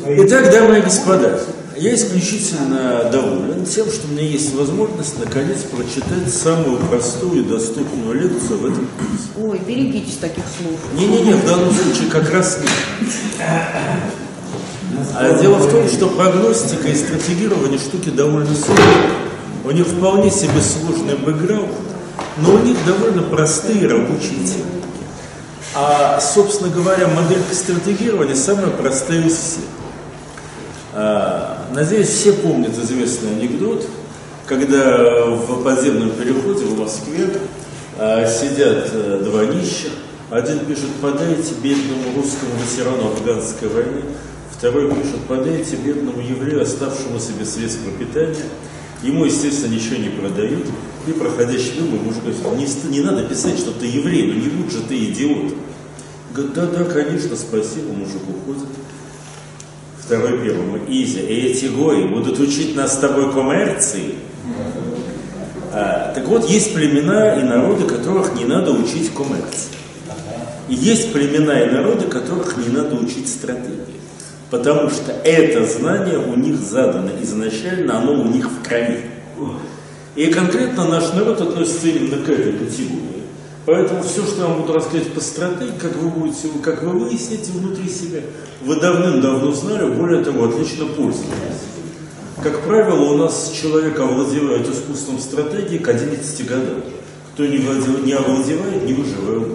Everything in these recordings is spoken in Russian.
Итак, дамы и господа, я исключительно доволен тем, что у меня есть возможность наконец прочитать самую простую и доступную лекцию в этом курсе. Ой, берегитесь таких слов. Не-не-не, в данном случае как раз нет. Дело в том, что прогностика и стратегирование штуки довольно сложные. У них вполне себе сложный бэкграунд, но у них довольно простые рабочие техники. А, собственно говоря, моделька стратегирования самая простая из всех. Надеюсь, все помнят известный анекдот, когда в подземном переходе в Москве сидят два нищих. Один пишет: подайте бедному русскому ветерану афганской войны. Второй пишет: подайте бедному еврею, оставшемуся без средств пропитания. Ему, естественно, ничего не продают. И проходящий мимо мужик говорит: не надо писать, что ты еврей, ну не будь же ты идиот. Говорит: да, конечно, спасибо, мужик уходит. Второй первому: изи, эти гои будут учить нас с тобой коммерции. Так вот, есть племена и народы, которых не надо учить коммерции. И есть племена и народы, которых не надо учить стратегии. Потому что это знание у них задано изначально, оно у них в крови. И конкретно наш народ относится именно к этой категории. Поэтому все, что я вам буду рассказывать по стратегии, как вы выясните внутри себя, вы давным-давно знали, более того, отлично пользовались. Как правило, у нас человек овладевает искусством стратегии к 11 годам. Кто не овладевает, не выживает.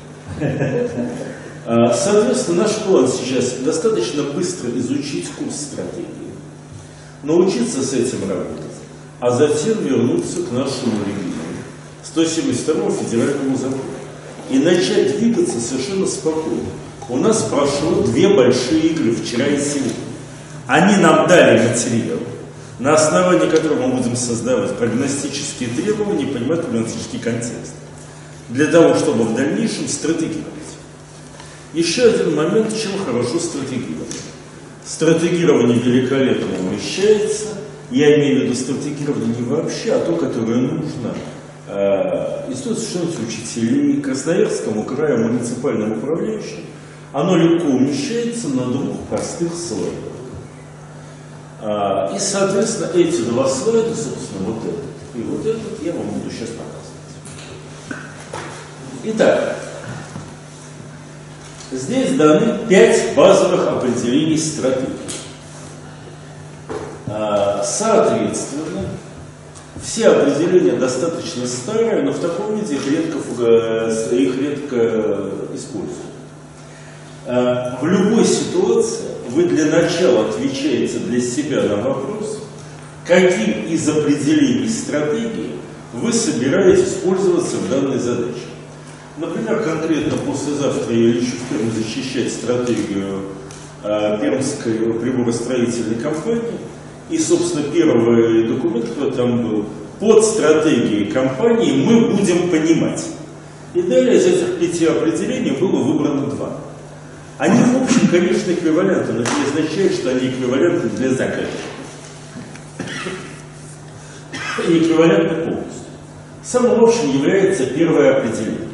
Соответственно, наш план сейчас достаточно быстро изучить курс стратегии, научиться с этим работать, а затем вернуться к нашему региону, 172-му федеральному закону, и начать двигаться совершенно спокойно. У нас прошло две большие игры вчера и сегодня. Они нам дали материал, на основании которого мы будем создавать прогностические требования, понимать прогностический контекст, для того, чтобы в дальнейшем стратегировать. Еще один момент, чем хорошо стратегировать. Стратегирование великолепно умещается. Я имею в виду стратегирование не вообще, а то, которое нужно Институту совершенности учителей, Красноярскому краю, муниципальным управляющим. Оно легко умещается на двух простых слайдах. И, соответственно, эти два слайда, собственно, вот этот и вот этот, я вам буду сейчас показывать. Итак, здесь даны 5 базовых определений стратегии. Соответственно, все определения достаточно старые, но в таком виде их редко используют. В любой ситуации вы для начала отвечаете для себя на вопрос, каким из определений стратегии вы собираетесь пользоваться в данной задаче. Например, конкретно послезавтра я лечу в Пермь защищать стратегию пермской приборостроительной компании. И, собственно, первый документ, который там был, под стратегией компании мы будем понимать. И далее из этих 5 определений было выбрано 2. Они, в общем, конечно, эквивалентны, но это не означает, что они эквивалентны для заказчика. И эквивалентны полностью. Самым общим является первое определение.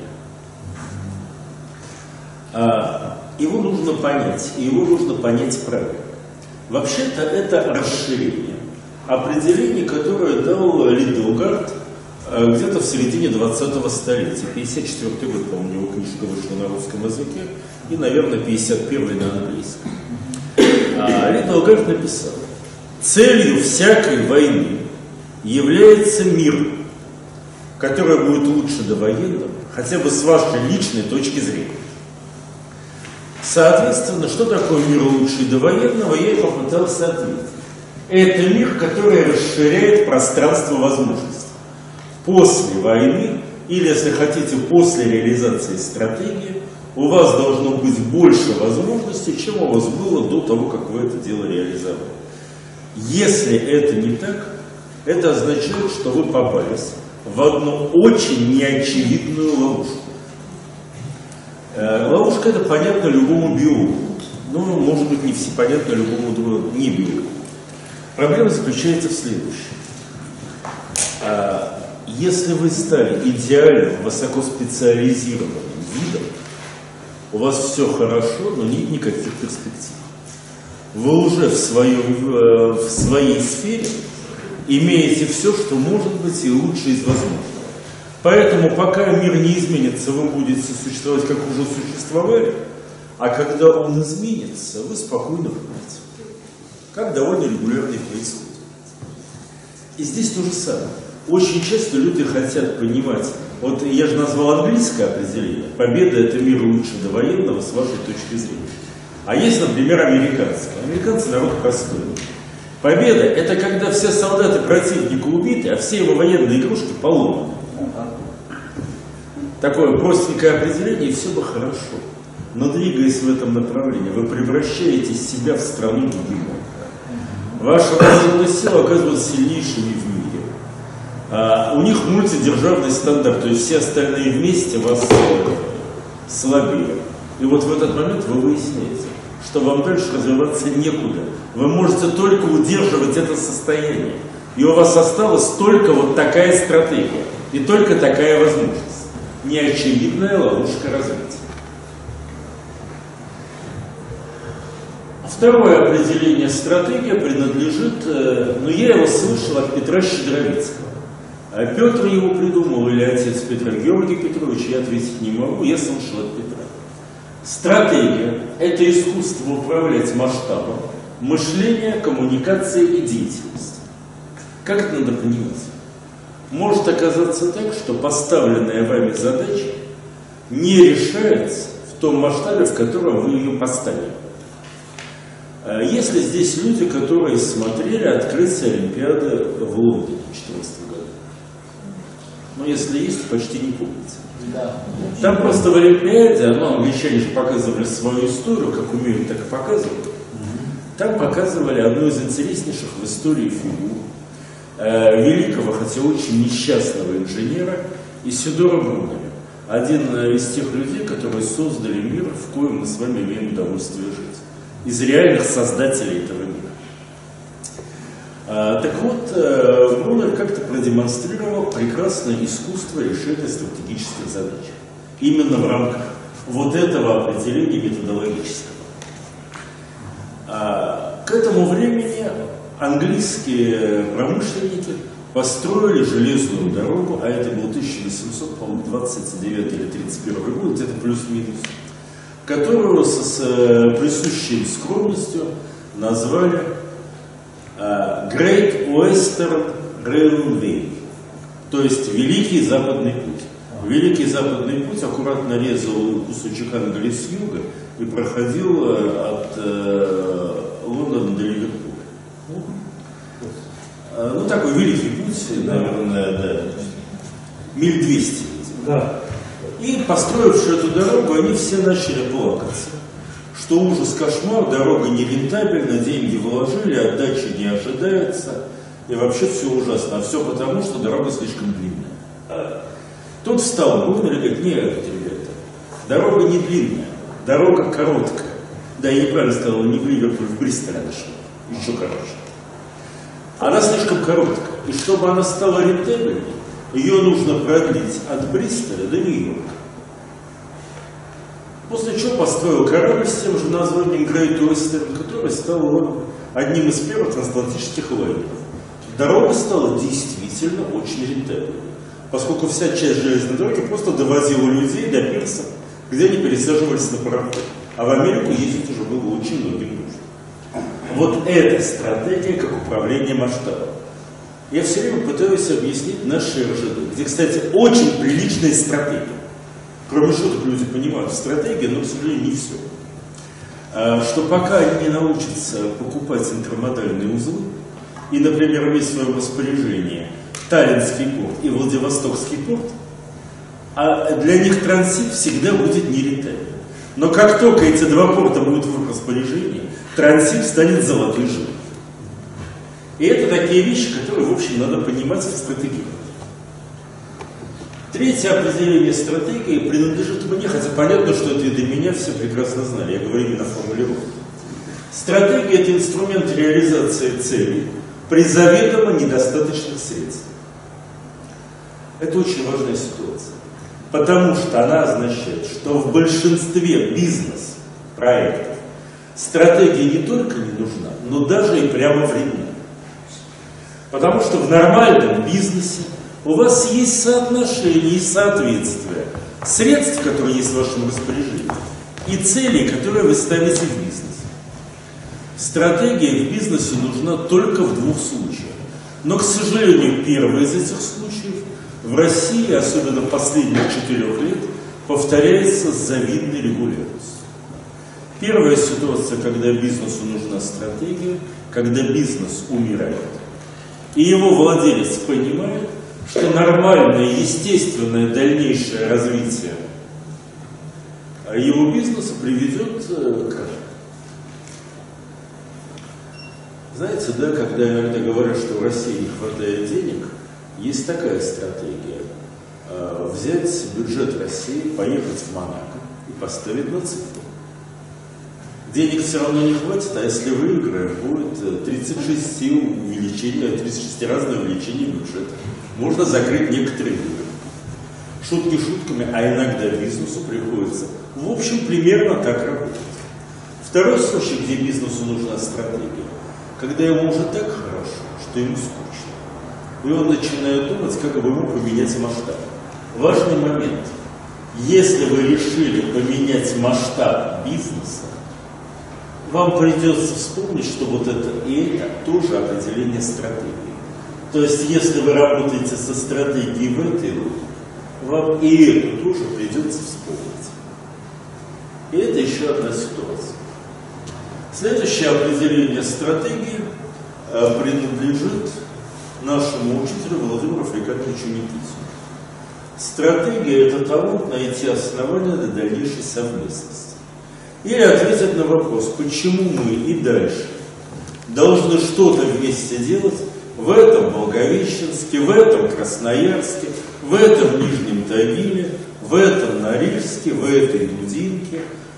Его нужно понять, и его нужно понять правильно. Вообще-то это расширение определений, которое дал Лиделгард где-то в середине 20-го столетия. 54-й год, по-моему, у него книжка вышла на русском языке, и, наверное, 51-й на английском. Лиделгард написал: целью всякой войны является мир, который будет лучше довоенного, хотя бы с вашей личной точки зрения. Соответственно, что такое мир лучше довоенного, я и попытался ответить. Это мир, который расширяет пространство возможностей. После войны, или, если хотите, после реализации стратегии, у вас должно быть больше возможностей, чем у вас было до того, как вы это дело реализовали. Если это не так, это означает, что вы попались в одну очень неочевидную ловушку. Ловушка это понятно любому биологу, но может быть не все понятно любому другому не биологу. Проблема заключается в следующем. Если вы стали идеальным, высокоспециализированным видом, у вас все хорошо, но нет никаких перспектив. вы уже в своей сфере имеете все, что может быть и лучше из возможного. Поэтому пока мир не изменится, вы будете существовать, как уже существовали, а когда он изменится, вы спокойно будете. Как довольно регулярно происходит. И здесь то же самое. Очень часто люди хотят понимать, вот я же назвал английское определение, победа – это мир лучше довоенного с вашей точки зрения. А есть, например, американское. Американцы народ простой. Победа – это когда все солдаты противника убиты, а все его военные игрушки поломаны. Такое простенькое определение, и все бы хорошо. Но двигаясь в этом направлении, вы превращаете себя в страну гегемона. Ваша военная сила оказывается сильнейшими в мире. У них мультидержавный стандарт, то есть все остальные вместе вас слабее. И вот в этот момент вы выясняете, что вам дальше развиваться некуда. Вы можете только удерживать это состояние. И у вас осталась только вот такая стратегия. И только такая возможность. Неочевидная ловушка развития. Второе определение стратегия принадлежит, я его слышал от Петра Щедровицкого. Петр его придумал или отец Петра Георгий Петрович, я ответить не могу, я слышал от Петра. Стратегия – это искусство управлять масштабом, мышления, коммуникацией и деятельностью. Как это надо понимать? Может оказаться так, что поставленная вами задача не решается в том масштабе, в котором вы ее поставили. Есть ли здесь люди, которые смотрели открытие Олимпиады в Лондоне в 2014 году? Ну, если есть, почти не помните. Да. Там просто в Олимпиаде, англичане же показывали свою историю, как умеют, так и показывают. Там показывали одну из интереснейших в истории фигур великого, хотя очень несчастного инженера Исидора Бруннера. Один из тех людей, которые создали мир, в коем мы с вами имеем удовольствие жить. Из реальных создателей этого мира. Так вот, Бруннер как-то продемонстрировал прекрасное искусство решения стратегических задач. Именно в рамках вот этого определения методологического. К этому времени английские промышленники построили железную дорогу, а это был 1829 или 31 год, где-то плюс-минус, которую с присущей скромностью назвали Great Western Railway, то есть Великий Западный путь. Великий Западный путь аккуратно резал кусочек Англии с юга и проходил от Лондона до Ливерпуля. Такой великий путь, наверное, да, миль 200. Да. И, построившие эту дорогу, они все начали плакаться. Что ужас, кошмар, дорога нерентабельна, деньги вложили, отдачи не ожидается. И вообще все ужасно. А все потому, что дорога слишком длинная. Тут встал Бруннер и говорит: нет, ребята, дорога не длинная, дорога короткая. Да, я неправильно сказал, не в Ливерпуль, в Бристоль она шла. Еще короче. Она слишком короткая. И чтобы она стала рентабельной, ее нужно продлить от Бристоля до Нью-Йорка. После чего построил корабль с тем же названием Great Western, который стал одним из первых трансатлантических лайнеров. Дорога стала действительно очень рентабельной, поскольку вся часть железной дороги просто довозила людей до пирса, где они пересаживались на пароход. А в Америку ездить уже было очень многим нужно. Вот эта стратегия как управление масштабом. Я все время пытаюсь объяснить наши РЖД, где, кстати, очень приличная стратегия. Кроме шуток люди понимают стратегию, но, к сожалению, не все. Что пока они не научатся покупать интермодальные узлы и, например, иметь в своем распоряжении Таллинский порт и Владивостокский порт, а для них транзит всегда будет нерентабельным. Но как только эти два порта будут в их распоряжении, транзит станет золотой жилой. И это такие вещи, которые, в общем, надо понимать в стратегии. Третье определение стратегии принадлежит мне, хотя понятно, что это и до меня все прекрасно знали, я говорю именно формулировку. Стратегия – это инструмент реализации целей при заведомо недостаточных средств. Это очень важная ситуация, потому что она означает, что в большинстве бизнес-проектов стратегия не только не нужна, но даже и прямо вредна. Потому что в нормальном бизнесе у вас есть соотношение и соответствие средств, которые есть в вашем распоряжении, и целей, которые вы ставите в бизнес. Стратегия в бизнесе нужна только в двух случаях. Но, к сожалению, первый из этих случаев в России, особенно последних 4 лет, повторяется с завидной регулярностью. Первая ситуация, когда бизнесу нужна стратегия, когда бизнес умирает. И его владелец понимает, что нормальное, естественное дальнейшее развитие его бизнеса приведет к краху. Знаете, да, когда иногда говорят, что в России не хватает денег, есть такая стратегия. Взять бюджет России, поехать в Монако и поставить на цифру. Денег все равно не хватит, а если выиграем, будет 36 разное увеличение бюджета. Можно закрыть некоторые дыры. Шутки шутками, а иногда бизнесу приходится, в общем, примерно так работать. Второй случай, где бизнесу нужна стратегия, когда ему уже так хорошо, что ему скучно. И он начинает думать, как бы ему поменять масштаб. Важный момент. Если вы решили поменять масштаб бизнеса, вам придется вспомнить, что вот это и это тоже определение стратегии. То есть, если вы работаете со стратегией в этой роли, вам и эту тоже придется вспомнить. И это еще одна ситуация. Следующее определение стратегии принадлежит нашему учителю Владимиру Африкатовичу Никитину. Стратегия – это талант найти основания для дальнейшей совместности. Или ответить на вопрос, почему мы и дальше должны что-то вместе делать в этом Благовещенске, в этом Красноярске, в этом Нижнем Тагиле, в этом Норильске, в этой Дудинке,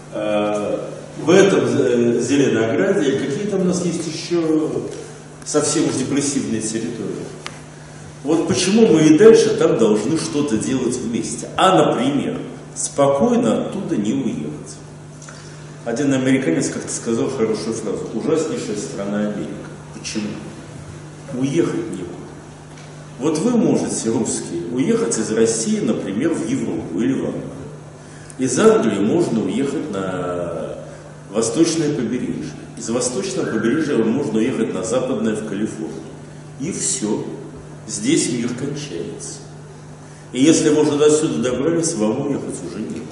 в этом Зеленограде, или какие там у нас есть еще совсем уж депрессивные территории. Вот почему мы и дальше там должны что-то делать вместе. А, например, спокойно оттуда не уехать. Один американец как-то сказал хорошую фразу: ужаснейшая страна Америка. Почему? Уехать некуда. Вот вы можете, русские, уехать из России, например, в Европу или в Англию. Из Англии можно уехать на восточное побережье. Из восточного побережья можно уехать на западное, в Калифорнию. И все. Здесь мир кончается. И если вы уже до сюда добрались, вам уехать уже некуда.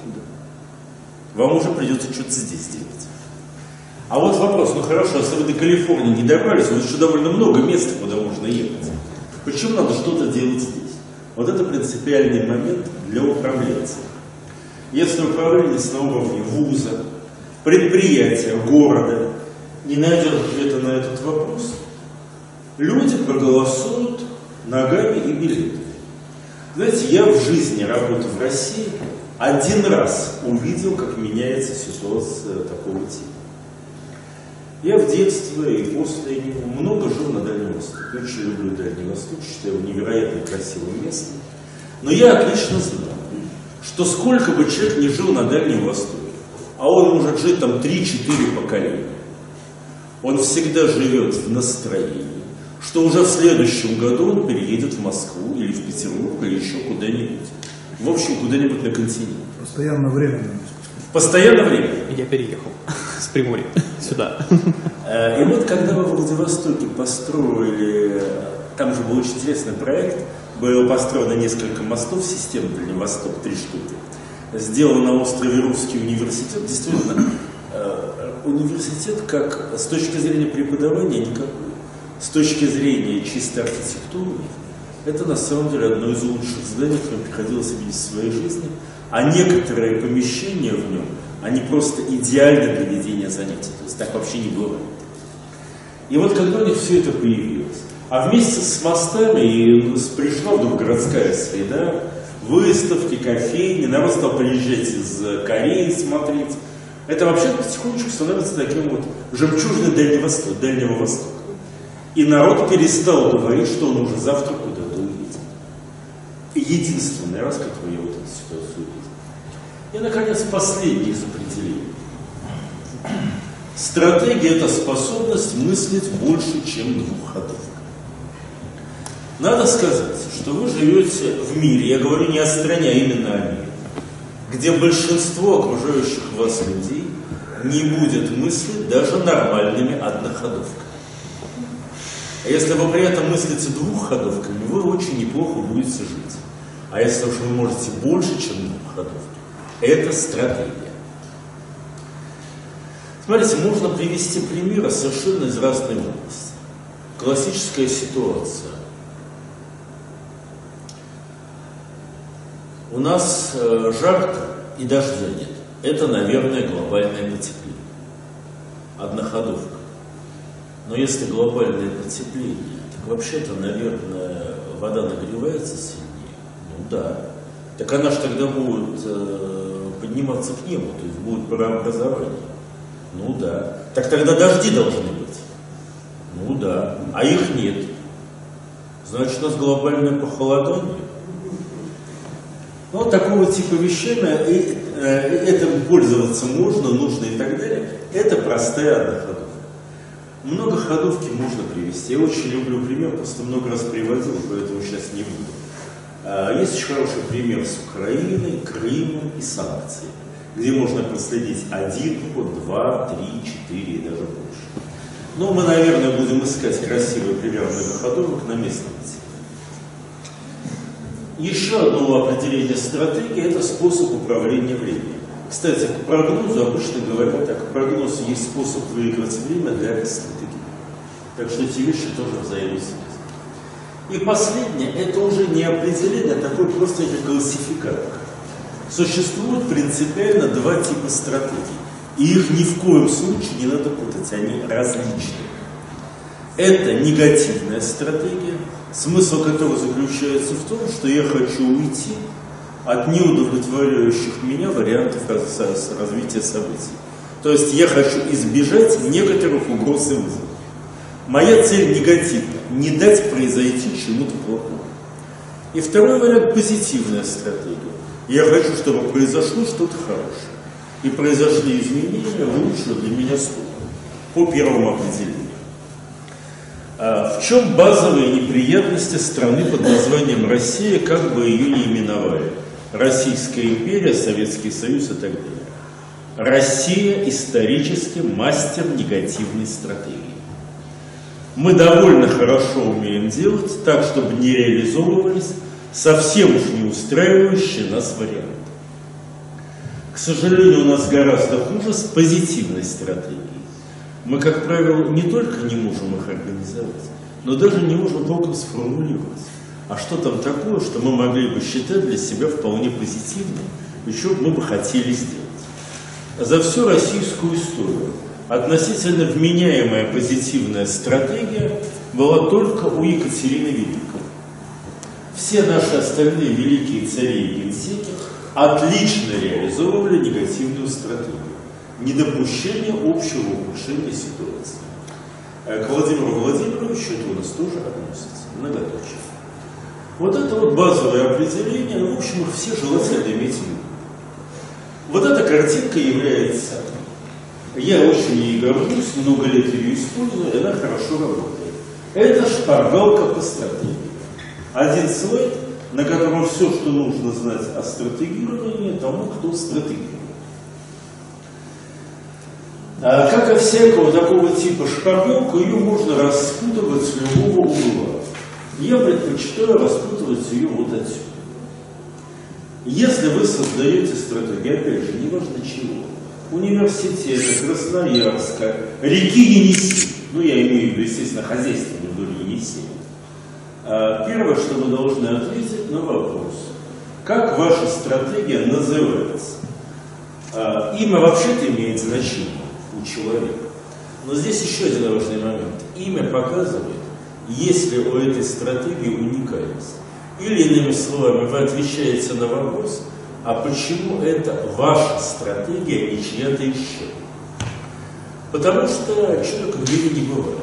Вам уже придется что-то здесь делать. А вот вопрос, ну хорошо, если вы до Калифорнии не добрались, у вас еще довольно много мест, куда можно ехать. Почему надо что-то делать здесь? Вот это принципиальный момент для управленца. Если управленец на уровне вуза, предприятия, города не найдет ответа на этот вопрос, люди проголосуют ногами и билетами. Знаете, я в жизни, работая в России, один раз увидел, как меняется ситуация такого типа. Я в детстве и после него много жил на Дальнем Востоке. Очень люблю Дальний Восток, считаю его невероятно красивым местом. Но я отлично знал, что сколько бы человек ни жил на Дальнем Востоке, а он может жить там 3-4 поколения, он всегда живет в настроении, что уже в следующем году он переедет в Москву или в Петербург или еще куда-нибудь. В общем, куда-нибудь на континенте. Постоянно время. Постоянно время. Я переехал с Приморья сюда. И вот когда во Владивостоке построили, там же был очень интересный проект, было построено несколько мостов системы Дальний Восток, 3 штуки. Сделан на острове Русский университет. Действительно, университет как с точки зрения преподавания никакой. С точки зрения чистой архитектуры, это на самом деле одно из лучших зданий, которое мне приходилось видеть в своей жизни. А некоторые помещения в нем, они просто идеальны для ведения занятий. То есть так вообще не бывает. И вот когда у них все это появилось, а вместе с мостами пришла вдруг городская среда, выставки, кофейни, народ стал приезжать из Кореи смотреть. Это вообще потихонечку становится таким вот жемчужиной Дальнего Востока. И народ перестал говорить, что он уже завтра куда-то уедет. Единственный раз, который я вот эту ситуацию увидел. И, наконец, последний из определений. Стратегия – это способность мыслить больше, чем двухходовка. Надо сказать, что вы живете в мире, я говорю не о стране, а именно о мире, где большинство окружающих вас людей не будет мыслить даже нормальными одноходовками. А если вы при этом мыслите двухходовками, вы очень неплохо будете жить. А если уж вы можете больше, чем двухходовки, это стратегия. Смотрите, можно привести примеры совершенно из разной области. Классическая ситуация. У нас жарко и дождя нет. Это, наверное, глобальное потепление. Одноходовка. Но если глобальное потепление, так вообще-то, наверное, вода нагревается сильнее. Ну да. Так она же тогда будет подниматься к небу, то есть будет парообразование. Ну да. Так тогда дожди должны быть. Ну да. А их нет. Значит, у нас глобальное похолодание. Ну, такого типа вещами, этим пользоваться можно, нужно и так далее. Это простая одноходовка. Многоходовки можно привести. Я очень люблю пример, просто много раз приводил, поэтому сейчас не буду. Есть очень хороший пример с Украиной, Крымом и санкциями, где можно проследить 1 ход, 2, 3, 4 и даже больше. Но мы, наверное, будем искать красивый пример многоходовок на местном языке. Еще одно определение стратегии – это способ управления временем. Кстати, к прогнозу обычно говорят так: прогноз есть способ выиграть время для стратегии. Так что эти вещи тоже взаимосвязаны. И последнее – это уже не определение, а такой просто классификатор. Существует принципиально два типа стратегий. И их ни в коем случае не надо путать, они различны. Это негативная стратегия, смысл которой заключается в том, что я хочу уйти от неудовлетворяющих меня вариантов развития событий. То есть я хочу избежать некоторых угроз и вызовов. Моя цель негативна – не дать произойти чему-то плохому. И второй вариант – позитивная стратегия. Я хочу, чтобы произошло что-то хорошее. И произошли изменения в лучшую для меня сторону. По первому определению. В чем базовые неприятности страны под названием Россия, как бы ее ни именовали? Российская империя, Советский Союз и так далее. Россия исторически мастер негативной стратегии. Мы довольно хорошо умеем делать так, чтобы не реализовывались совсем уж не устраивающие нас варианты. К сожалению, у нас гораздо хуже с позитивной стратегией. Мы, как правило, не только не можем их организовать, но даже не можем толком сформулировать. А что там такое, что мы могли бы считать для себя вполне позитивным, и что мы бы хотели сделать? За всю российскую историю относительно вменяемая позитивная стратегия была только у Екатерины Великой. Все наши остальные великие цари и генсеки отлично реализовывали негативную стратегию. Недопущение общего ухудшения ситуации. К Владимиру Владимировичу это у нас тоже относится, многоточие. Вот это вот базовое определение, в общем, их все желательно иметь в виду. Вот эта картинка является, я очень ей горжусь, много лет ее использую, и она хорошо работает. Это шпаргалка по стратегии. Один слайд, на котором все, что нужно знать о стратегировании, тому, кто стратегирует. Как и всякого такого типа шпаргалку, ее можно распутывать с любого угла. Я предпочитаю распутывать ее вот отсюда. Если вы создаете стратегию, опять же, неважно чего, университета, Красноярска, реки Енисей, ну я имею в виду, естественно, хозяйственную вдоль Енисея, первое, что вы должны ответить на вопрос, как ваша стратегия называется. Имя вообще-то имеет значение у человека. Но здесь еще один важный момент. Имя показывает, есть ли у этой стратегии уникальность. Или, иными словами, вы отвечаете на вопрос, а почему это ваша стратегия и чья-то еще? Потому что чудо в мире не бывает.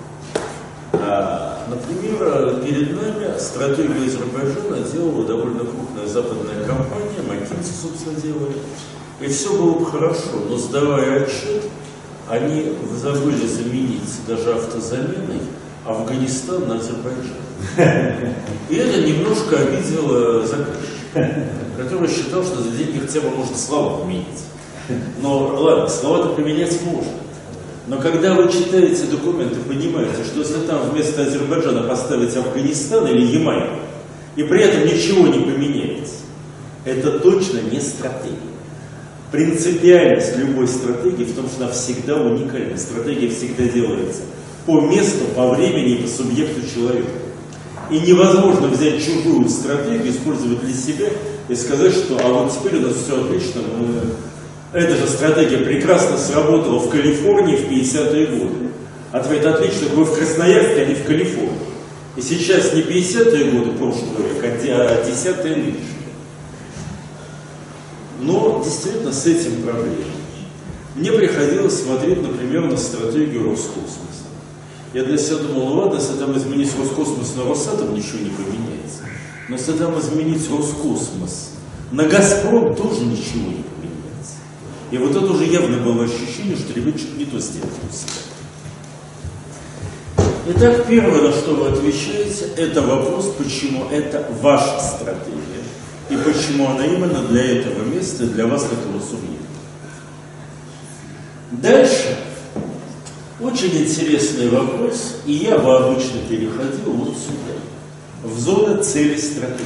Например, перед нами стратегию Азербайджана делала довольно крупная западная компания, McKinsey, собственно, делали. И все было бы хорошо, но сдавая отчет, они забыли заменить даже автозаменой Афганистан на Азербайджан. И это немножко обидело заказчика, который считал, что за деньги хотя бы можно слова поменять. Но ладно, слова-то поменять можно. Но когда вы читаете документы, понимаете, что если там вместо Азербайджана поставить Афганистан или Ямайку, и при этом ничего не поменяется, это точно не стратегия. Принципиальность любой стратегии в том, что она всегда уникальна. Стратегия всегда делается по месту, по времени и по субъекту человека. И невозможно взять чужую стратегию, использовать для себя и сказать, что а вот теперь у нас все отлично, эта же стратегия прекрасно сработала в Калифорнии в 50-е годы. Ответ отлично, вы в Красноярске, а не в Калифорнии. И сейчас не 50-е годы прошлого века, а 10-е нынешние. Но действительно с этим проблемой. Мне приходилось смотреть, например, на стратегию Роскосмоса. Я для себя думал, ладно, если там изменить Роскосмос на Росатом, ничего не поменяется. Но если там изменить Роскосмос на Газпром, тоже ничего не поменяется. И вот это уже явно было ощущение, что ребята что-то не то сделать у себя. Итак, первое, на что вы отвечаете, это вопрос, почему это ваша стратегия. И почему она именно для этого места, для вас, этого субъекта. Дальше. Очень интересный вопрос, и я бы обычно переходил вот сюда, в зону цели стратегии.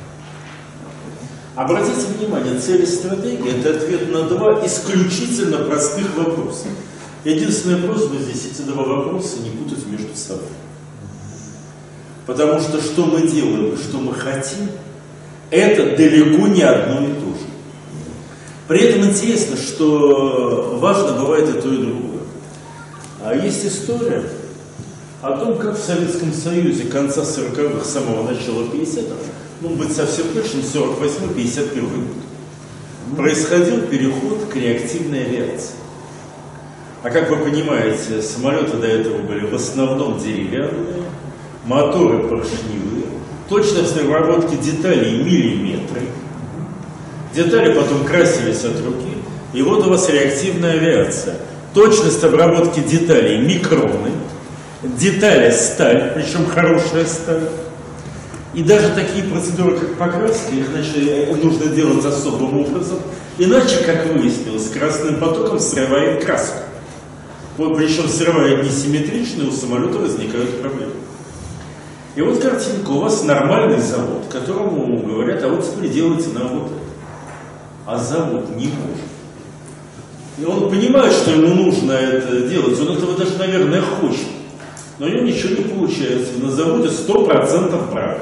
Обратите внимание, цели стратегии – это ответ на два исключительно простых вопроса. Единственная просьба здесь эти два вопроса не путать между собой. Потому что мы делаем и что мы хотим, это далеко не одно и то же. При этом интересно, что важно бывает и то, и другое. А есть история о том, как в Советском Союзе конца 40-х, самого начала 50-х, быть совсем точным, 48-51 год, происходил переход к реактивной авиации. А как вы понимаете, самолеты до этого были в основном деревянные, моторы поршневые, точность разработки деталей миллиметры, детали потом красились от руки, и вот у вас реактивная авиация. Точность обработки деталей микроны, детали сталь, причем хорошая сталь. И даже такие процедуры, как покраска, их нужно делать особым образом, иначе, как выяснилось, красным потоком срывает краску. Причем срывает несимметрично, и у самолета возникают проблемы. И вот картинка, у вас нормальный завод, которому говорят, а вот теперь делайте нам вот это. А завод не может. И он понимает, что ему нужно это делать, он этого даже, наверное, хочет. Но у него ничего не получается. На заводе 100% брак.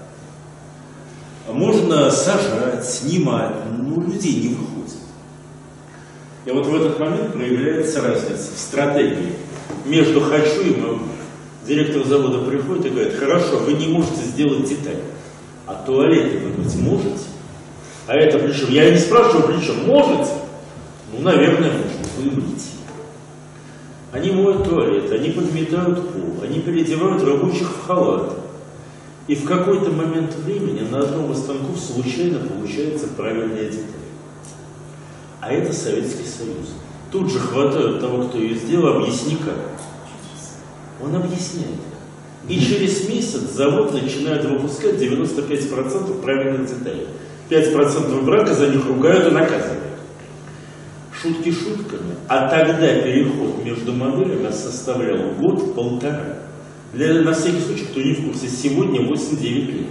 Можно сажать, снимать, но людей не выходит. И вот в этот момент проявляется разница в стратегии между «хочу» и «могу». Директор завода приходит и говорит, хорошо, вы не можете сделать деталь, а туалеты вы быть можете? А это причем, я не спрашиваю, причем, можете? Ну, наверное, можно, вы мыть. Они моют туалет, они подметают пол, они переодевают рабочих в халаты. И в какой-то момент времени на одном из станков случайно получается правильная деталь. А это Советский Союз. Тут же хватают того, кто ее сделал, объясни как. Он объясняет. И через месяц завод начинает выпускать 95% правильных деталей. 5% брака за них ругают и наказывают. Шутки шутками, а тогда переход между моделями составлял год-полтора. На всякий случай, кто не в курсе, сегодня 8-9 лет.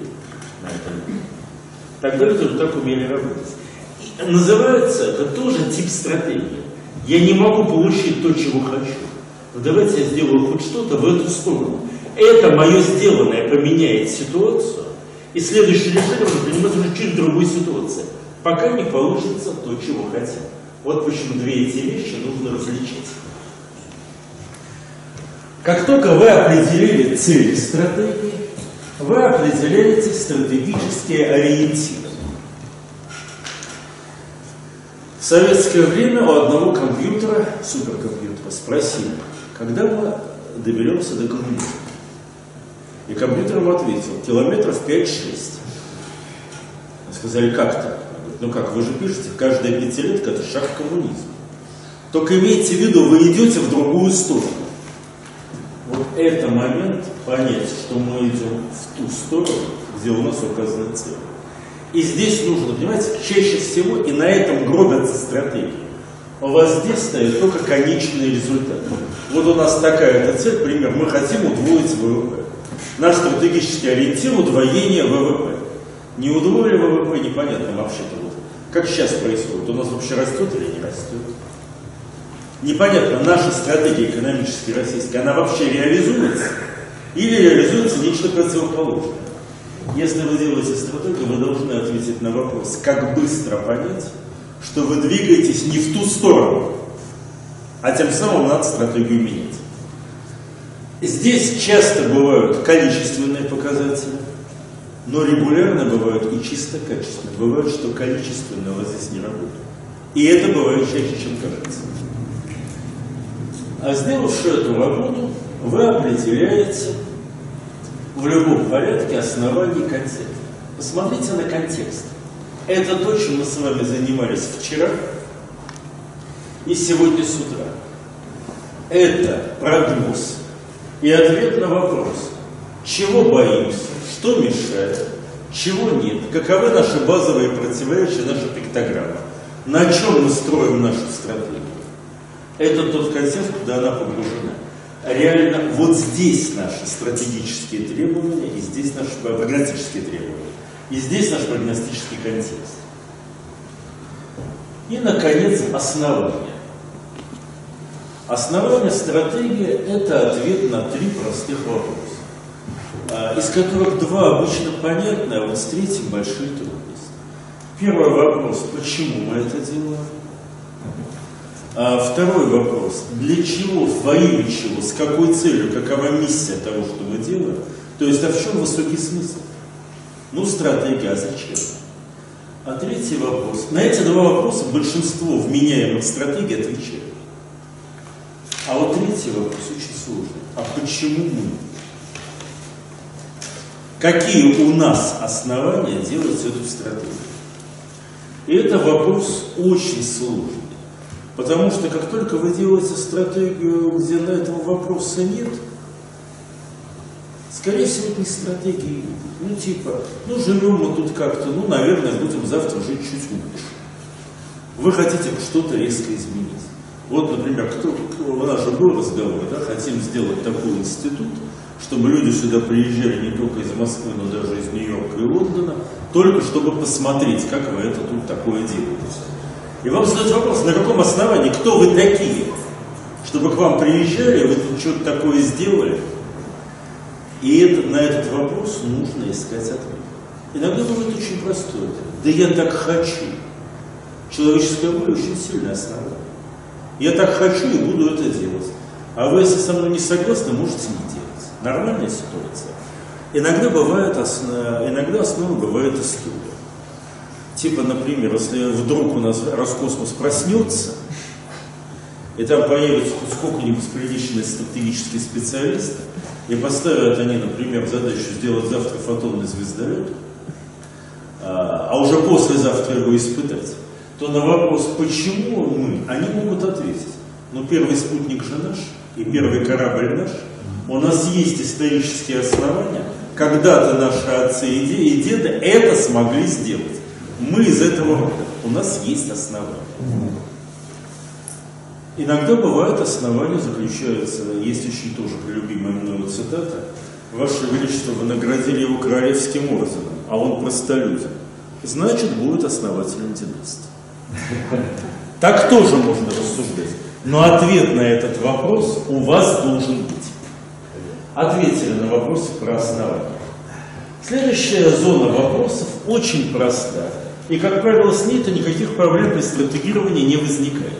Тогда люди так умели работать. И называется это тоже тип стратегии. Я не могу получить то, чего хочу. Но давайте я сделаю хоть что-то в эту сторону. Это мое сделанное поменяет ситуацию, и следующее решение нужно принимать уже через другую ситуацию, пока не получится то, чего хотим. Вот почему две эти вещи нужно различить. Как только вы определили цели стратегии, вы определяете стратегические ориентиры. В советское время у одного компьютера, суперкомпьютера, спросили, когда мы доберемся до коммунизма. И компьютер ему ответил, километров 5-6. Сказали, как так? Ну как, вы же пишете, каждая пятилетка это шаг к коммунизму. Только имейте в виду, вы идете в другую сторону. Вот это момент понять, что мы идем в ту сторону, где у нас указана цель. И здесь нужно, понимаете, чаще всего и на этом гробятся стратегии. У вас здесь стоит только конечный результат. Вот у нас такая-то цель, пример, мы хотим удвоить ВВП. Наш стратегический ориентир – удвоение ВВП. Не удвоили ВВП, непонятно вообще-то. Вот. Как сейчас происходит, у нас вообще растет или не растет? Непонятно, наша стратегия экономическая российская, она вообще реализуется? Или реализуется нечто противоположное? Если вы делаете стратегию, вы должны ответить на вопрос, как быстро понять, что вы двигаетесь не в ту сторону, а тем самым надо стратегию менять. Здесь часто бывают количественные показатели, но регулярно бывают и чисто качественные. Бывает, что количественно у вас здесь не работает. И это бывает чаще, чем кажется. А сделавши эту работу, вы определяете в любом порядке основание контекста. Посмотрите на контекст. Это то, чем мы с вами занимались вчера и сегодня с утра. Это прогноз и ответ на вопрос, чего боимся, что мешает, чего нет, каковы наши базовые противоречия, наша пиктограмма, на чем мы строим нашу стратегию. Это тот контекст, куда она погружена. Реально, вот здесь наши стратегические требования, и здесь наши прогностические требования, и здесь наш прогностический контекст. И, наконец, основание. Основание стратегии – это ответ на 3 простых вопроса, из которых 2 обычно понятны, а вот с третьим большие трудности. Первый вопрос – почему мы это делаем? Второй вопрос – для чего, во имя чего, с какой целью, какова миссия того, что мы делаем? То есть, а в чем высокий смысл? Ну, стратегия, а зачем? А третий вопрос. На эти 2 вопроса большинство вменяемых стратегий отвечает. А вот третий вопрос очень сложный. А почему мы? Какие у нас основания делать эту стратегию? И это вопрос очень сложный. Потому что как только вы делаете стратегию, где на этого вопроса нет, скорее всего, это не стратегия. Ну, типа, ну, живем мы тут как-то, ну, наверное, будем завтра жить чуть лучше. Вы хотите что-то резко изменить. Вот, например, у нас же был разговор, да, хотим сделать такой институт, чтобы люди сюда приезжали не только из Москвы, но даже из Нью-Йорка и Лондона, только чтобы посмотреть, как вы это тут такое делаете. И вам задают вопрос, на каком основании, кто вы такие, чтобы к вам приезжали, вы тут что-то такое сделали. И на этот вопрос нужно искать ответ. Иногда бывает очень простой ответ. Да я так хочу. Человеческая воля очень сильное основание. Я так хочу и буду это делать. А вы, если со мной не согласны, можете не делать. Нормальная ситуация. Иногда основой бывает история. Типа, например, если вдруг у нас Роскосмос проснется, и там появятся хоть сколько-нибудь приличные стратегические специалисты, и поставят они, например, задачу сделать завтра фотонный звездолет, а уже послезавтра его испытать, то на вопрос, почему мы, они могут ответить. Ну, первый спутник же наш, и первый корабль наш, у нас есть исторические основания, когда-то наши отцы и деды это смогли сделать. Мы из этого рода, у нас есть основания. Иногда бывают основания, заключаются, есть очень тоже любимая мною цитата: «Ваше Величество, вы наградили его королевским орденом, а он простолюдин. Значит, будет основателем династии». Так тоже можно рассуждать. Но ответ на этот вопрос у вас должен быть. Ответили на вопросы про основания. Следующая зона вопросов очень проста. И, как правило, с ней-то никаких проблем при стратегировании не возникает.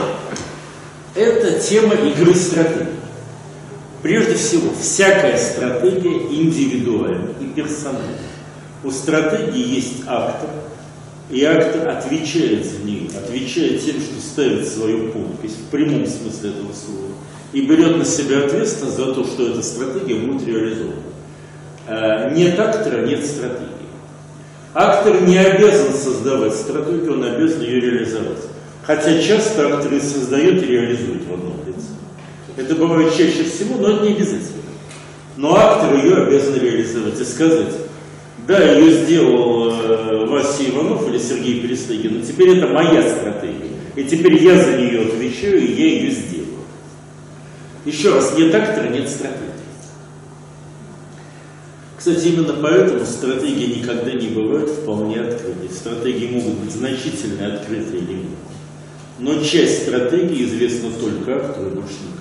Это тема игры стратегии. Прежде всего, всякая стратегия индивидуальна и персональна. У стратегии есть автор, и автор отвечает за нее, отвечает тем, что ставит свою подпись в прямом смысле этого слова, и берет на себя ответственность за то, что эта стратегия будет реализована. Нет актора, нет стратегии. Актор не обязан создавать стратегию, он обязан ее реализовать. Хотя часто акторы создают и реализуют в одном лице. Это бывает чаще всего, но это не обязательно. Но актер ее обязан реализовать и сказать: да, ее сделал Вася Иванов или Сергей Переслегин, но теперь это моя стратегия. И теперь я за нее отвечаю, и я ее сделаю. Еще раз, нет актера, нет стратегии. Кстати, именно поэтому стратегии никогда не бывают вполне открытыми. Стратегии могут быть значительно открыты или нет. Но часть стратегии известна только автору и больше никому.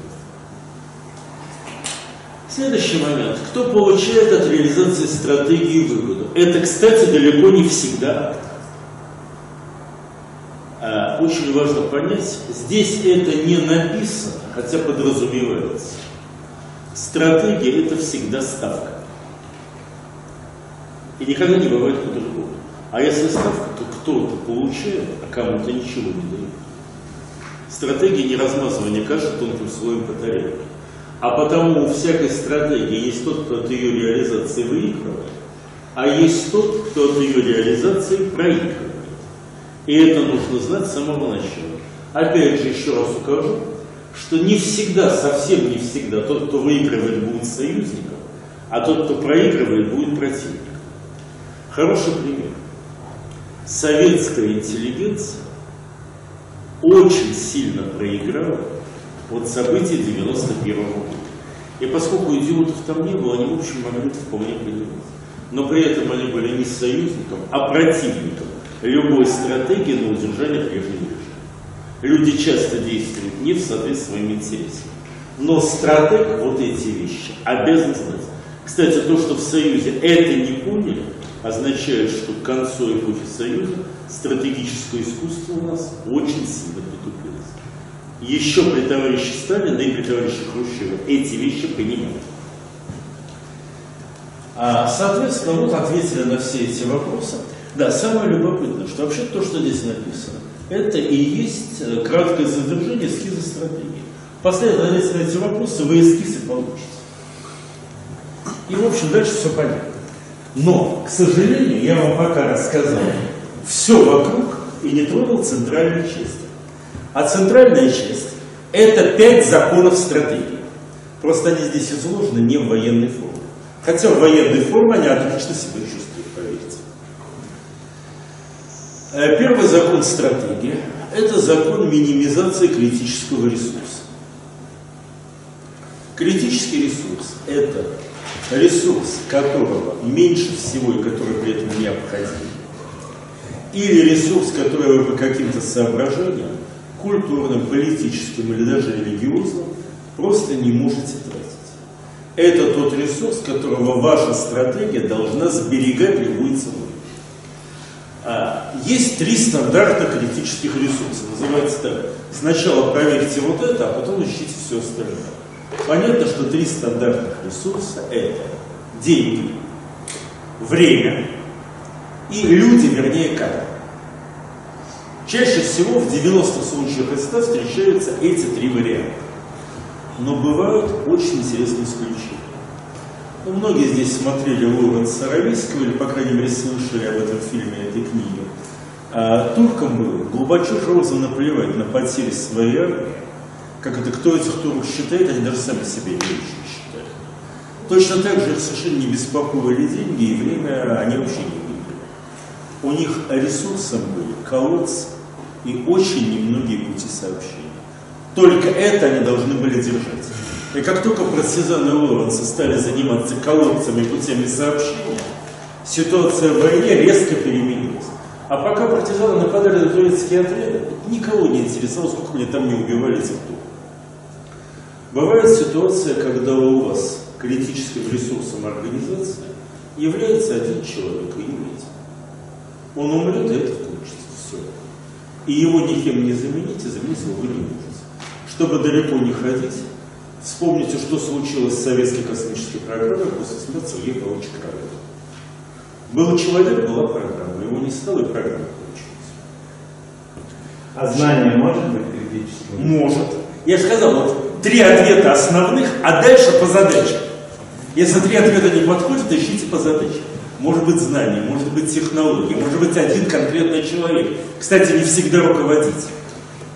Следующий момент. Кто получает от реализации стратегии выгоду? Это, кстати, далеко не всегда автор. Очень важно понять, здесь это не написано, хотя подразумевается. Стратегия – это всегда ставка. И никогда не бывает по-другому. А если ставка, то кто-то получает, а кому-то ничего не дает. Стратегия не размазывания каши тонким слоем по тарелке. А потому у всякой стратегии есть тот, кто от ее реализации выигрывает, а есть тот, кто от ее реализации проигрывает. И это нужно знать с самого начала. Опять же, еще раз укажу, что не всегда, совсем не всегда, тот, кто выигрывает, будет союзником, а тот, кто проигрывает, будет противником. Хороший пример. Советская интеллигенция очень сильно проиграла от событий 91 года. И поскольку идиотов там не было, они, в общем, могли это вполне понимать. Но при этом они были не союзником, а противником любой стратегии на удержание прежнего режима. Люди часто действуют не в соответствии с своими интересами. Но стратег вот эти вещи обязан знать. Кстати, то, что в Союзе это не поняли, означает, что к концу эпохи Союза стратегическое искусство у нас очень сильно притупилось. Еще при товарище Сталина и при товарище Хрущева эти вещи понимают. Соответственно, вот ответили на все эти вопросы. Да, самое любопытное, что вообще то, что здесь написано, это и есть краткое содержание эскиза стратегии. Последовательно ответить на эти вопросы, вы эскизы получите. И, в общем, дальше все понятно. Но, к сожалению, я вам пока рассказал все вокруг и не тронул центральную часть. А центральная часть – это 5 законов стратегии. Просто они здесь изложены не в военной форме. Хотя в военной форме они отлично себя чувствуют, поверьте. Первый закон стратегии – это закон минимизации критического ресурса. Критический ресурс – это ресурс, которого меньше всего и который при этом необходим. Или ресурс, который вы по каким-то соображениям, культурным, политическим или даже религиозным, просто не можете тратить. Это тот ресурс, которого ваша стратегия должна сберегать любой ценой. Есть 3 стандарта критических ресурсов. Называется так. Сначала проверьте вот это, а потом ищите все остальное. Понятно, что 3 стандартных ресурса – это деньги, время и люди, вернее, кадры. Чаще всего в 90 случаях из 100 встречаются эти 3 варианта. Но бывают очень интересные исключения. Ну, многие здесь смотрели Лоуренса Аравийского, или, по крайней мере, слышали об этом фильме, этой книге. Туркам было глубочайше наплевать на потери своей армии. Как это, кто этих турок считает, они даже сами себе верующие считают. Точно так же их совершенно не беспокоили деньги, и время они вообще не видели. У них ресурсом были колодцы и очень немногие пути сообщения. Только это они должны были держать. И как только партизаны Лоуренса стали заниматься колодцами и путями сообщения, ситуация в войне резко переменилась. А пока партизаны нападали на турецкие отряды, никого не интересовало, сколько они там не убивали этих турок. Бывает ситуация, когда у вас критическим ресурсом организации является один человек, и имеется. Он умрет, и это кончится. Все. И его никем не замените, заменить его вы не можете. Чтобы далеко не ходить, вспомните, что случилось с советской космической программой после смерти Сергея Павловича Королева. Был человек, была программа, его не стало, и программа получилась. А знание может быть критическим? Может. Я же сказал, вот 3 ответа основных, а дальше по задачам. Если 3 ответа не подходят, ищите по задачам. Может быть знание, может быть технология, может быть один конкретный человек. Кстати, не всегда руководитель.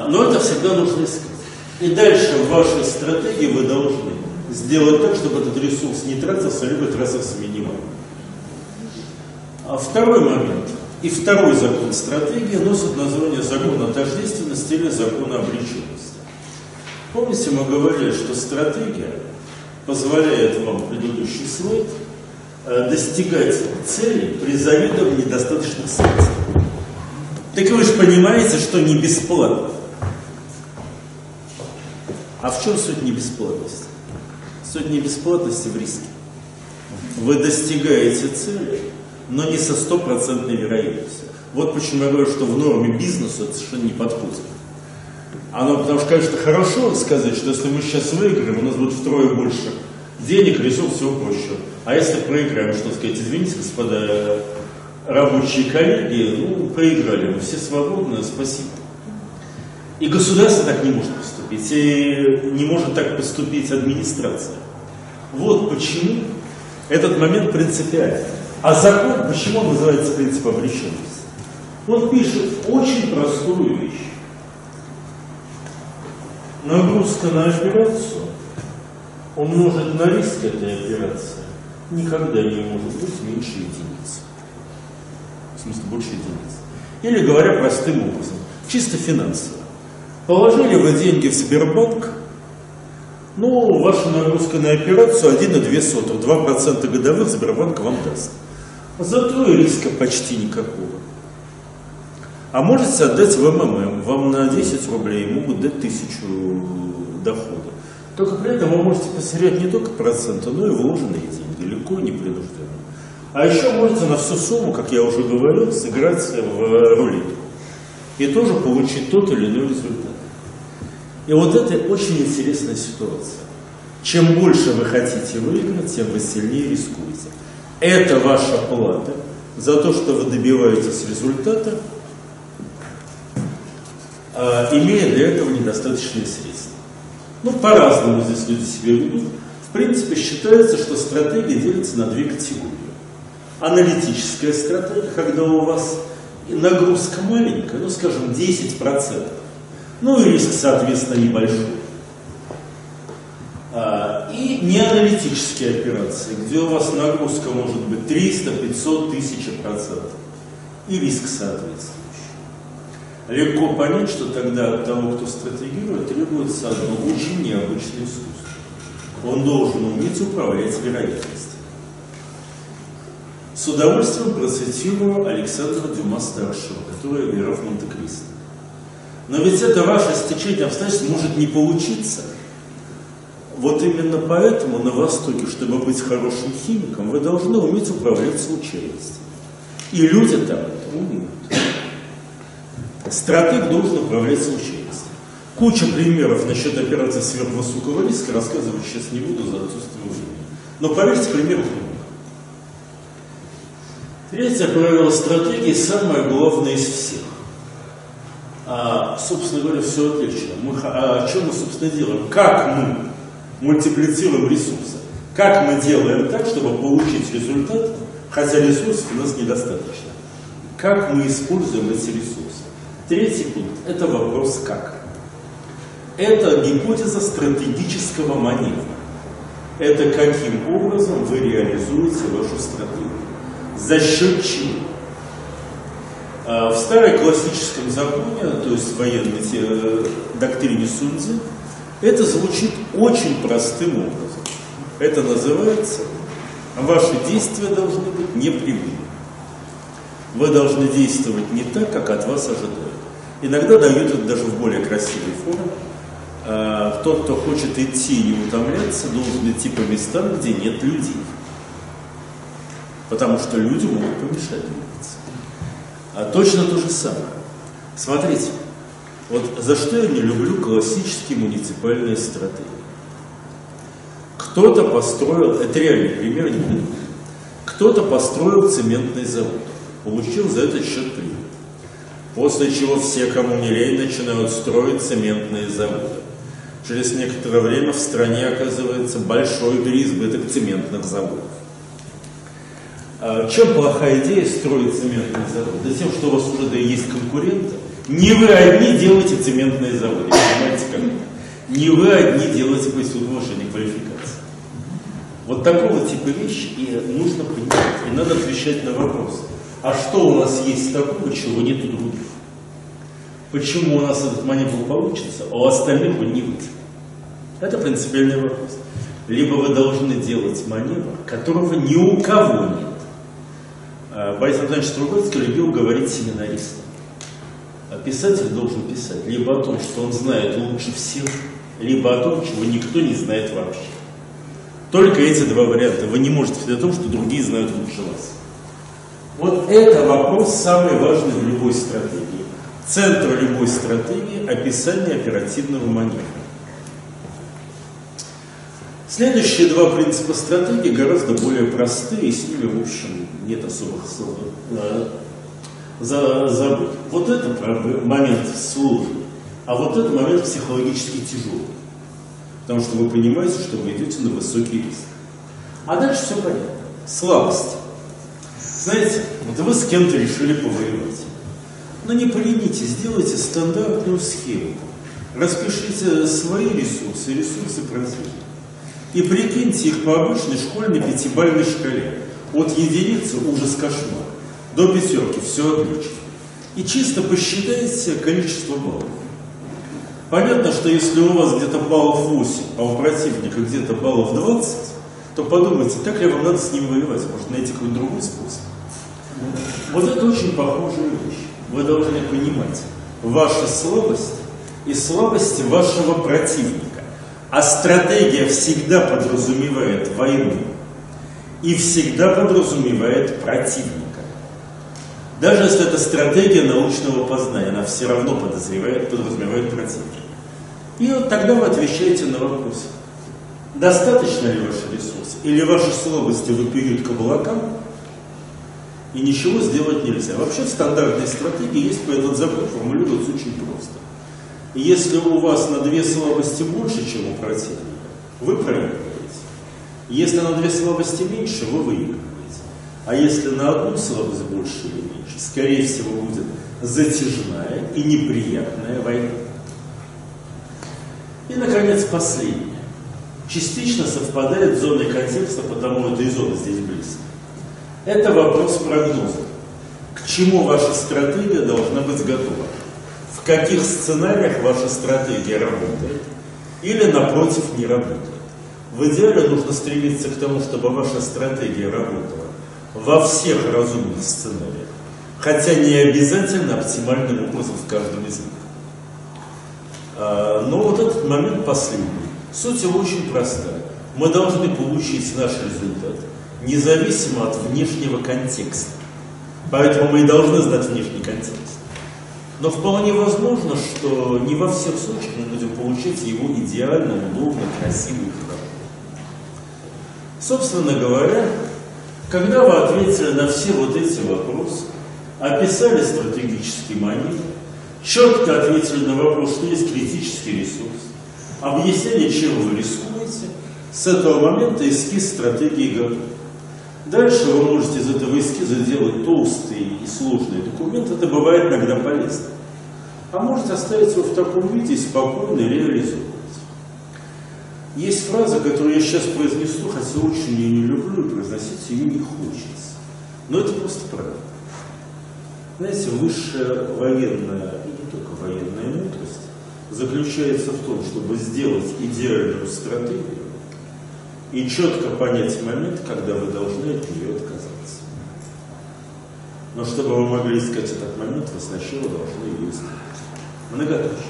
Но это всегда нужно искать. И дальше в вашей стратегии вы должны сделать так, чтобы этот ресурс не тратился, либо тратился минимально. А второй момент. И второй закон стратегии носит название закона тождественности или закона обреченности. Помните, мы говорили, что стратегия позволяет вам, предыдущий слайд, достигать целей при заведомо недостаточных средств. Так вы же понимаете, что не бесплатно. А в чем суть небесплатности? Суть небесплатности в риске. Вы достигаете цели, но не со стопроцентной вероятностью. Вот почему я говорю, что в норме бизнеса это совершенно не подходит. Потому что, конечно, хорошо сказать, что если мы сейчас выиграем, у нас будет втрое больше денег, ресурсов, всего прочего. А если проиграем, что сказать, извините, господа рабочие коллеги, проиграли, мы все свободны, спасибо. И государство так не может поступить, и не может так поступить администрация. Вот почему этот момент принципиален. А закон, почему он называется принцип обреченности? Он пишет очень простую вещь. Нагрузка на операцию умножить на риск этой операции никогда не может быть меньше единицы. В смысле, больше единицы. Или говоря простым образом, чисто финансово. Положили вы деньги в Сбербанк, ваша нагрузка на операцию 1,02, 2% годовых Сбербанк вам даст. Зато и риска почти никакого. А можете отдать в МММ, вам на 10 рублей могут дать 1000 дохода. Только при этом вы можете потерять не только проценты, но и вложенные деньги, легко и непринужденно. А еще можете на всю сумму, как я уже говорил, сыграть в рулетку. И тоже получить тот или иной результат. И вот это очень интересная ситуация. Чем больше вы хотите выиграть, тем вы сильнее рискуете. Это ваша плата за то, что вы добиваетесь результата, имея для этого недостаточные средства. По-разному здесь люди себя ведут. В принципе, считается, что стратегия делится на две категории. Аналитическая стратегия, когда у вас нагрузка маленькая, скажем, 10%. И риск, соответственно, небольшой. И неаналитические операции, где у вас нагрузка может быть 300, 500, 1000%. И риск соответствующий. Легко понять, что тогда от того, кто стратегирует, требуется одно очень необычное искусство. Он должен уметь управлять вероятностью. С удовольствием процитирую Александра Дюма-старшего, который граф Монте-Кристо. Но ведь это ваше стечение обстоятельств может не получиться. Вот именно поэтому на Востоке, чтобы быть хорошим химиком, вы должны уметь управлять случайностью. И люди там это умеют. Стратег должен управлять случайностью. Куча примеров насчет операции сверхвысокого риска рассказывать сейчас не буду за отсутствием времени. Но поверьте, примеров много. Третье правило стратегии самое главное из всех. Собственно говоря, все отлично. О чем мы, собственно, делаем? Как мы мультиплицируем ресурсы? Как мы делаем так, чтобы получить результат, хотя ресурсов у нас недостаточно? Как мы используем эти ресурсы? Третий пункт – это вопрос «как?». Это гипотеза стратегического маневра. Это каким образом вы реализуете вашу стратегию. За счет чего? В старой классическом законе, то есть в военной доктрине Сунь-Цзы, это звучит очень простым образом. Это называется «ваши действия должны быть непрямыми». Вы должны действовать не так, как от вас ожидают. Иногда дают это даже в более красивой форме. Тот, кто хочет идти и не утомляться, должен идти по местам, где нет людей. Потому что люди могут помешать двигаться. Точно то же самое. Смотрите, вот за что я не люблю классические муниципальные стратегии. Кто-то построил, это реальный пример, не буду. Кто-то построил цементный завод, получил за этот счет прибыль. После чего все, кому не лень, начинают строить цементные заводы. Через некоторое время в стране оказывается большой переизбыток цементных заводов. Чем плохая идея строить цементный завод? Да тем, что у вас уже есть конкуренты, Не вы одни делаете цементные заводы, понимаете как? Не вы одни делаете повышение квалификации. Вот такого типа вещи и нужно понимать. И надо отвечать на вопрос. А что у нас есть такого, чего нет у других? Почему у нас этот маневр получится, а у остальных он не выйдет? Это принципиальный вопрос. Либо вы должны делать маневр, которого ни у кого нет. Борис Анатольевич Стругацкий любил говорить семинаристам. А писатель должен писать либо о том, что он знает лучше всех, либо о том, чего никто не знает вообще. Только эти два варианта. Вы не можете писать о том, что другие знают лучше вас. Вот это вопрос самый важный в любой стратегии. Центр любой стратегии – описание оперативного маневра. Следующие два принципа стратегии гораздо более простые, и с ними, в общем, нет особых забот. Вот это момент сложный, а вот это момент психологически тяжелый. Потому что вы понимаете, что вы идете на высокий риск. А дальше все понятно. Слабость. Знаете, вот вы с кем-то решили повоевать. Но не поленитесь, сделайте стандартную схему. Распишите свои ресурсы, ресурсы противника. И прикиньте их по обычной школьной пятибалльной шкале. От единицы ужас кошмар, до пятерки все отлично. И чисто посчитайте количество баллов. Понятно, что если у вас где-то баллов 8, а у противника где-то баллов 20, то подумайте, так ли вам надо с ним воевать, может найти какой-то другой способ. Вот это очень похожая вещь. Вы должны понимать вашу слабость и слабости вашего противника. А стратегия всегда подразумевает войну и всегда подразумевает противника. Даже если это стратегия научного познания, она все равно подразумевает противника. И вот тогда вы отвечаете на вопрос, достаточно ли ваши ресурсы, или ваши слабости выпирают к облакам, и ничего сделать нельзя. Вообще в стандартной стратегии есть этот закон, формулируется очень просто. Если у вас на две слабости больше, чем у противника, вы проигрываете. Если на две слабости меньше, вы выигрываете. А если на одну слабость больше или меньше, скорее всего будет затяжная и неприятная война. И, наконец, последнее. Частично совпадает с зоной контекста, потому что и зона здесь близко. Это вопрос прогноза. К чему ваша стратегия должна быть готова? В каких сценариях ваша стратегия работает или, напротив, не работает? В идеале нужно стремиться к тому, чтобы ваша стратегия работала во всех разумных сценариях, хотя не обязательно оптимальным образом в каждом из них. Но вот этот момент последний. Суть его очень простая. Мы должны получить наш результат независимо от внешнего контекста. Поэтому мы и должны знать внешний контекст. Но вполне возможно, что не во всех случаях мы будем получать его идеально, удобно, красиво и хорошо. Собственно говоря, когда вы ответили на все вот эти вопросы, описали стратегический маневр, четко ответили на вопрос, что есть критический ресурс, объяснили, чем вы рискуете, с этого момента эскиз стратегии готов. Дальше вы можете из этого эскиза делать толстый и сложный документ, это бывает иногда полезно. А можете оставить его в таком виде и спокойно реализовывать. Есть фраза, которую я сейчас произнесу, хотя очень ее не люблю, и произносить ее не хочется. Но это просто правда. Знаете, высшая военная, и не только военная мудрость, заключается в том, чтобы сделать идеальную стратегию и четко понять момент, когда вы должны от нее отказаться. Но чтобы вы могли искать этот момент, вы сначала должны ее искать. Многоточие.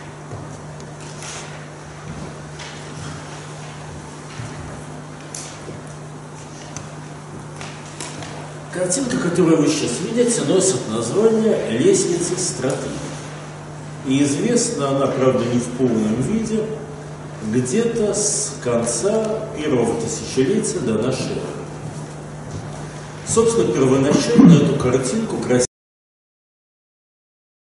Картинка, которую вы сейчас видите, носит название «Лестница стратегии». И известна она, правда, не в полном виде, где-то с конца первого тысячелетия до нашей эры. Собственно, первоначально эту картинку красиво